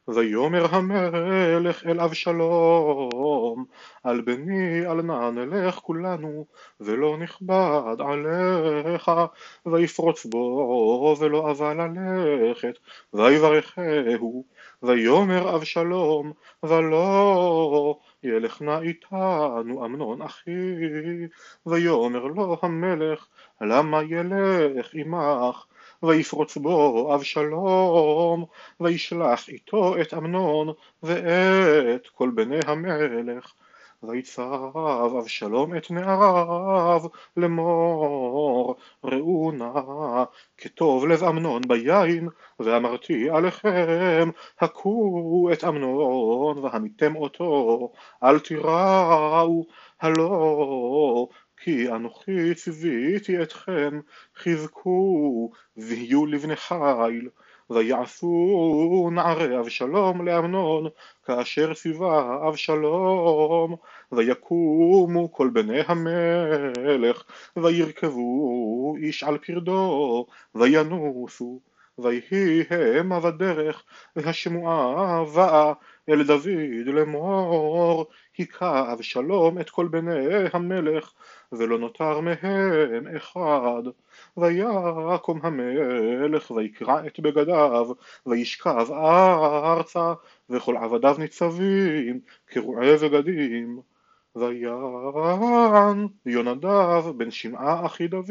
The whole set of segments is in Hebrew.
ויאמר המלך אל אבשלום, על בני אל נא נלך כולנו, ולא נכבד עליך, ויפרוץ בו ולא אבה ללכת, ויברכהו. ויאמר אבשלום, ולא ילך נא איתנו אמנון אחי. ויאמר לו המלך, למה ילך עמך? ויפרוץ בו אבשלום, וישלח איתו את אמנון ואת כל בני המלך. ויצב אבשלום את נעריו לאמור, ראו נא כטוב לב אמנון ביין, ואמרתי עליכם, הכו את אמנון והמיתם אותו, אל תיראו, הלא כי אנוכי ציוויתי אתכם, חזקו ויהיו לבני חיל. ויעשו נערי אבשלום לאמנון כאשר ציווה אבשלום, ויקומו כל בני המלך, וירכבו איש על פרדו, וינוסו. ויהי המה בדרך, והשמועה באה אל דוד לאמור, היכה אבשלום את כל בני המלך, ולא נותר מהם אחד. ויקום המלך ויקרע את בגדיו, וישכב ארצה, וכל עבדיו ניצבים קרועי בגדים. ויען יונדב בן שמעה אחי דוד,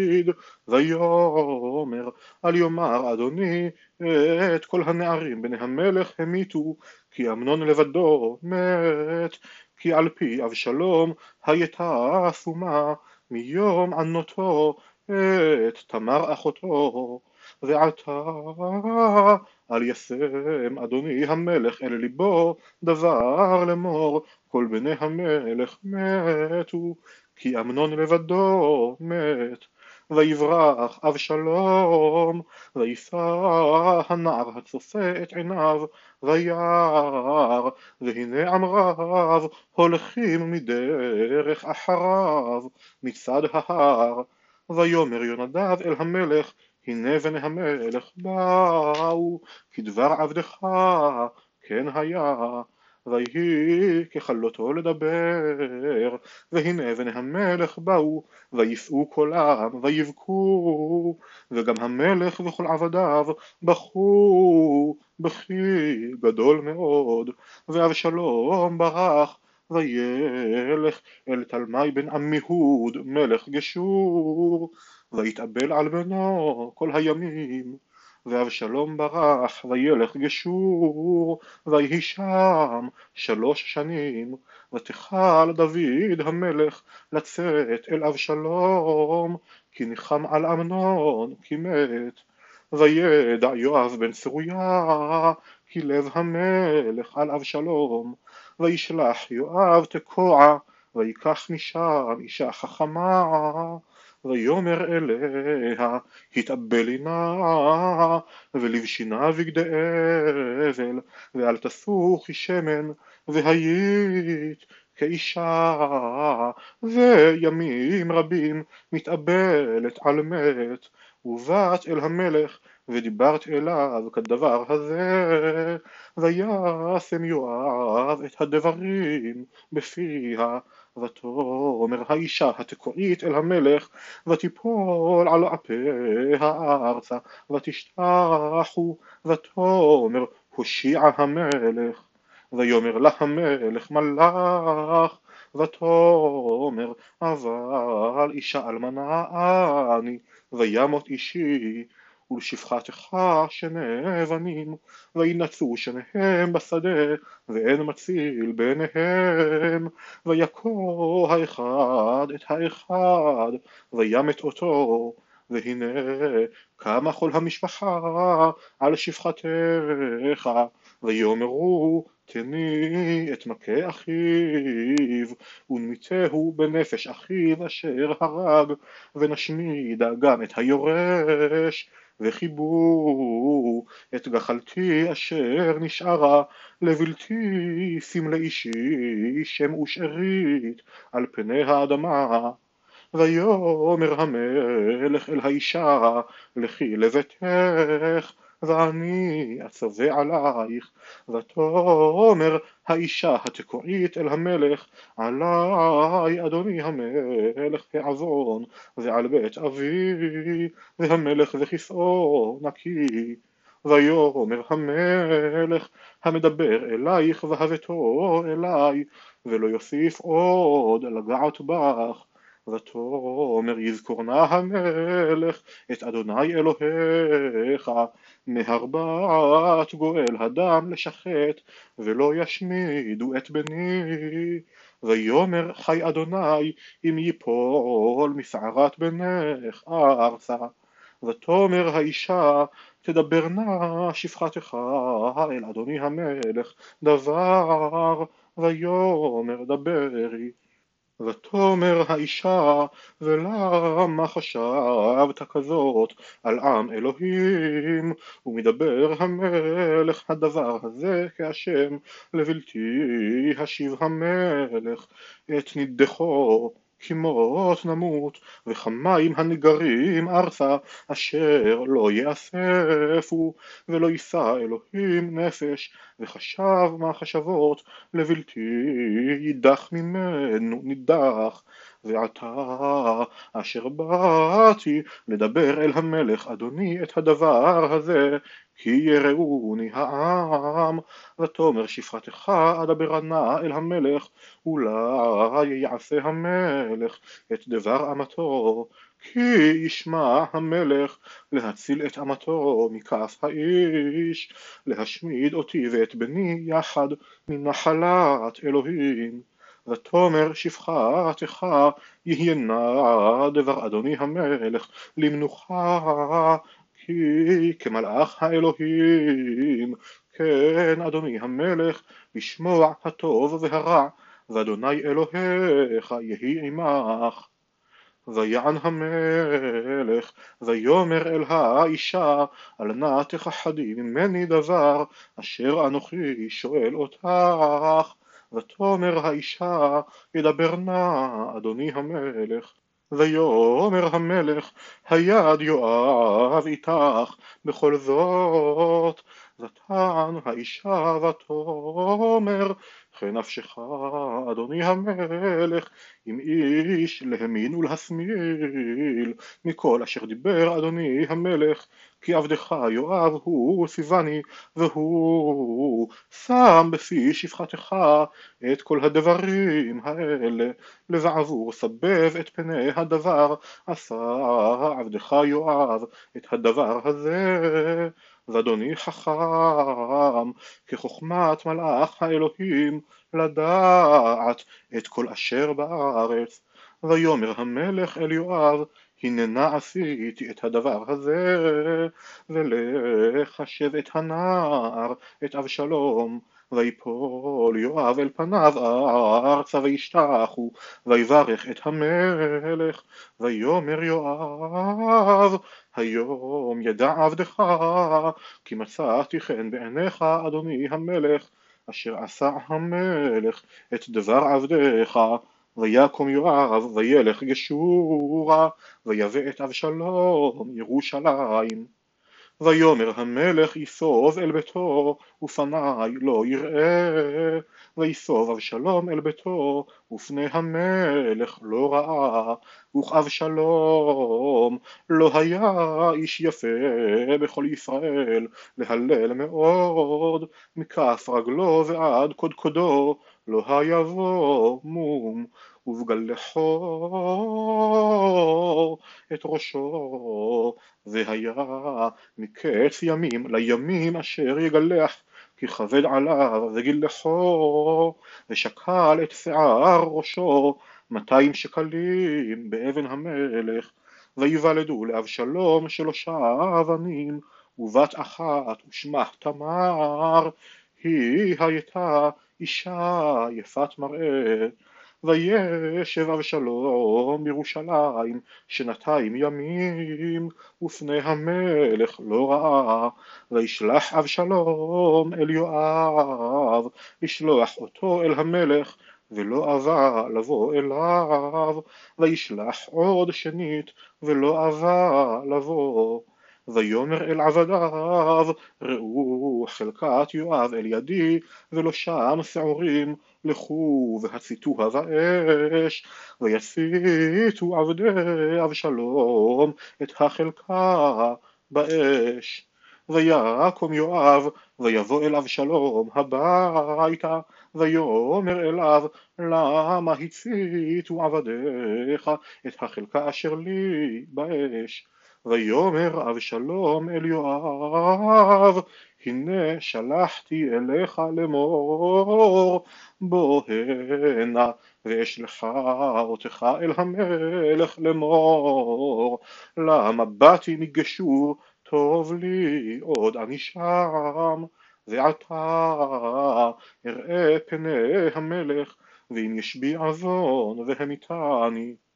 ויאמר, אל יאמר אדוני את כל הנערים בני המלך המיתו, כי אמנון לבדו מת, כי על פי אבשלום הייתה אסומה מיום ענותו את תמר אחותו. ועתה אל ישם אדוני המלך אל ליבו דבר לאמור, כל בני המלך מתו, כי אמנון לבדו מת. ויברח אבשלום, וישא הנער הצופה את עיניו, וירא, והנה עם רב הולכים מדרך אחריו מצד ההר. ויאמר יונדב אל המלך, הנה בני המלך באו, כדבר עבדך כן היה. ויהי ככלותו לדבר, והנה בני המלך באו, וישאו קולם ויבכו, וגם המלך וכל עבדיו בכו בכי גדול מאוד. ואבשלום ברח, וילך אל תלמי בן עמיהוד מלך גשור, ויתאבל על בנו כל הימים. ואבשלום ברח וילך גשור, ויהי שם 3 שנים. ותכל דוד המלך לצאת אל אבשלום, כי ניחם על אמנון כי מת. וידע יואב בן צרויה כי לב המלך על אבשלום, וישלח יואב תקוע, ויקח משם אישה חכמה, ויאמר אליה, התאבלי נא, ולבשי נא בגדי אבל, ואל תשוכי שמן, והיית כאישה, וימים רבים מתאבלת על מת. ובאת אל המלך, ודיברת אליו כדבר הזה, וישם יואב את הדברים בפיה. ותאמר האישה התקועית אל המלך, ותיפול על אפיה ארצה, ותשתחו. ותאמר הושיע המלך. ויאמר לה המלך מלך. ותאמר אבל אישה אלמנה אני, וימות אישי, ולשפחתך 2 בנים, וינצו שניהם בשדה, ואין מציל ביניהם. ויכו האחד את האחד, וימת אותו. והנה קמה כל המשפחה על שפחתך, ויאמרו תני את מכה אחיו, ונמיתהו בנפש אחיו אשר הרג, ונשמידה גם את היורש, וחיבו את גחלתי אשר נשארה לבלתי סמלי אישי שם ושארית על פני האדמה. ויאמר המלך אל האישה, לכי לביתך, ואני אצווה עלייך. ותאמר האישה התקועית אל המלך, עלי אדוני המלך העוון, ועל בית אבי, והמלך וכיסאו נקי. ויאמר המלך המדבר אלייך והבאתו אלי, ולא יוסיף עוד לגעת בך. ותאמר יזכורנה המלך את אדוני אלוהיך, מהרבת גואל הדם לשחט, ולא ישמידו את בני. ויאמר חי אדוני אם ייפול משערת בנך ארצה. ותאמר האישה תדבר נא שפחתך אל אדוני המלך דבר, ויאמר דברי. ותאמר האישה ולמה חשבת כזאת על עם אלוהים, ומדבר המלך הדבר הזה כאשם לבלתי השיב המלך את נידחו, כמות נמות וכמים הניגרים ארצה, אשר לא יאספו, ולא יישא אלוהים נפש, וחשב מחשבות לבלתי יידח ממנו נידח. ועתה אשר באתי לדבר אל המלך אדוני את הדבר הזה, כי יראוני העם. ותאמר שפחתך אדבר נא אל המלך, אולי יעשה המלך את דבר אמתו, כי ישמע המלך להציל את אמתו מכף האיש, להשמיד אותי ואת בני יחד מנחלת אלוהים. ותאמר שפחתך יהיה נא דבר אדוני המלך למנוחה, כי כמלאך האלוהים כן אדוני המלך לשמוע הטוב והרע, ואדוני אלוהיך יהי עמך. ויען המלך ויאמר אל האישה, אל נא תכחדי ממני דבר אשר אנוכי שואל אותך. ותאמר האישה, ידבר נא אדוני המלך. ויאמר המלך, היד יואב איתך בכל זאת. ותען האישה ותאמר, חי נפשך אדוני המלך עם איש להמין ולהשמיל מכל אשר דיבר אדוני המלך, כי עבדך יואב הוא סיבני, והוא שם בפי שפחתך את כל הדברים האלה, לבעבור סבב את פני הדבר עשה עבדך יואב את הדבר הזה. ואדוני חכם כחוכמת מלאך האלוהים לדעת את כל אשר בארץ. ויאמר המלך אל יואב, הננה עשיתי את הדבר הזה, ולחשב את הנער את אבשלום. ויפול יואב אל פניו ארצה וישתחו, ויברך את המלך. ויאמר יואב, היום ידע עבדך כי מצאתי חן בעיניך אדוני המלך, אשר עשה המלך את דבר עבדך. ויקום יואב וילך גשורה, ויבא את אבשלום ירושלים. ויאמר המלך יסוב אל ביתו ופני לא יראה, ויסוב אבשלום אל ביתו ופני המלך לא ראה. וכאבשלום לא היה איש יפה בכל ישראל להלל מאוד, מכף רגלו ועד קודקודו לא היה בו מום, ובגלחו את ראשו, והיה מקץ ימים לימים אשר יגלח, כי כבד עליו וגילחו, ושקל את שיער ראשו 200 שקלים באבן המלך. ויוולדו לאבשלום 3 בנים ובת אחת ושמה תמר, היא הייתה אישה יפת מראה. וישב אבשלום בירושלים 2 ימים, ופני המלך לא ראה. וישלח אבשלום אל יואב לשלוח אותו אל המלך, ולא אבה לבוא אליו. וישלח עוד שנית ולא אבה לבוא. ויאמר אל עבדיו ראו חלקת יואב אל ידי ולא שם שעורים, לכו והציתוה באש. ויסיתו עבדי אבשלום את החלקה באש. ויקום יואב ויבוא אל אבשלום הביתה, ויאמר אליו למה הציתו עבדיך את החלקה אשר לי באש? ויאמר אבשלום אל יואב הנה שלחתי אליך לאמור בוא הנה ואשלח אותך אל המלך לאמור למה באתי מגשור טוב לי עוד אני שם, ועתה אראה פני המלך ואם יש בי עוון והמיתני.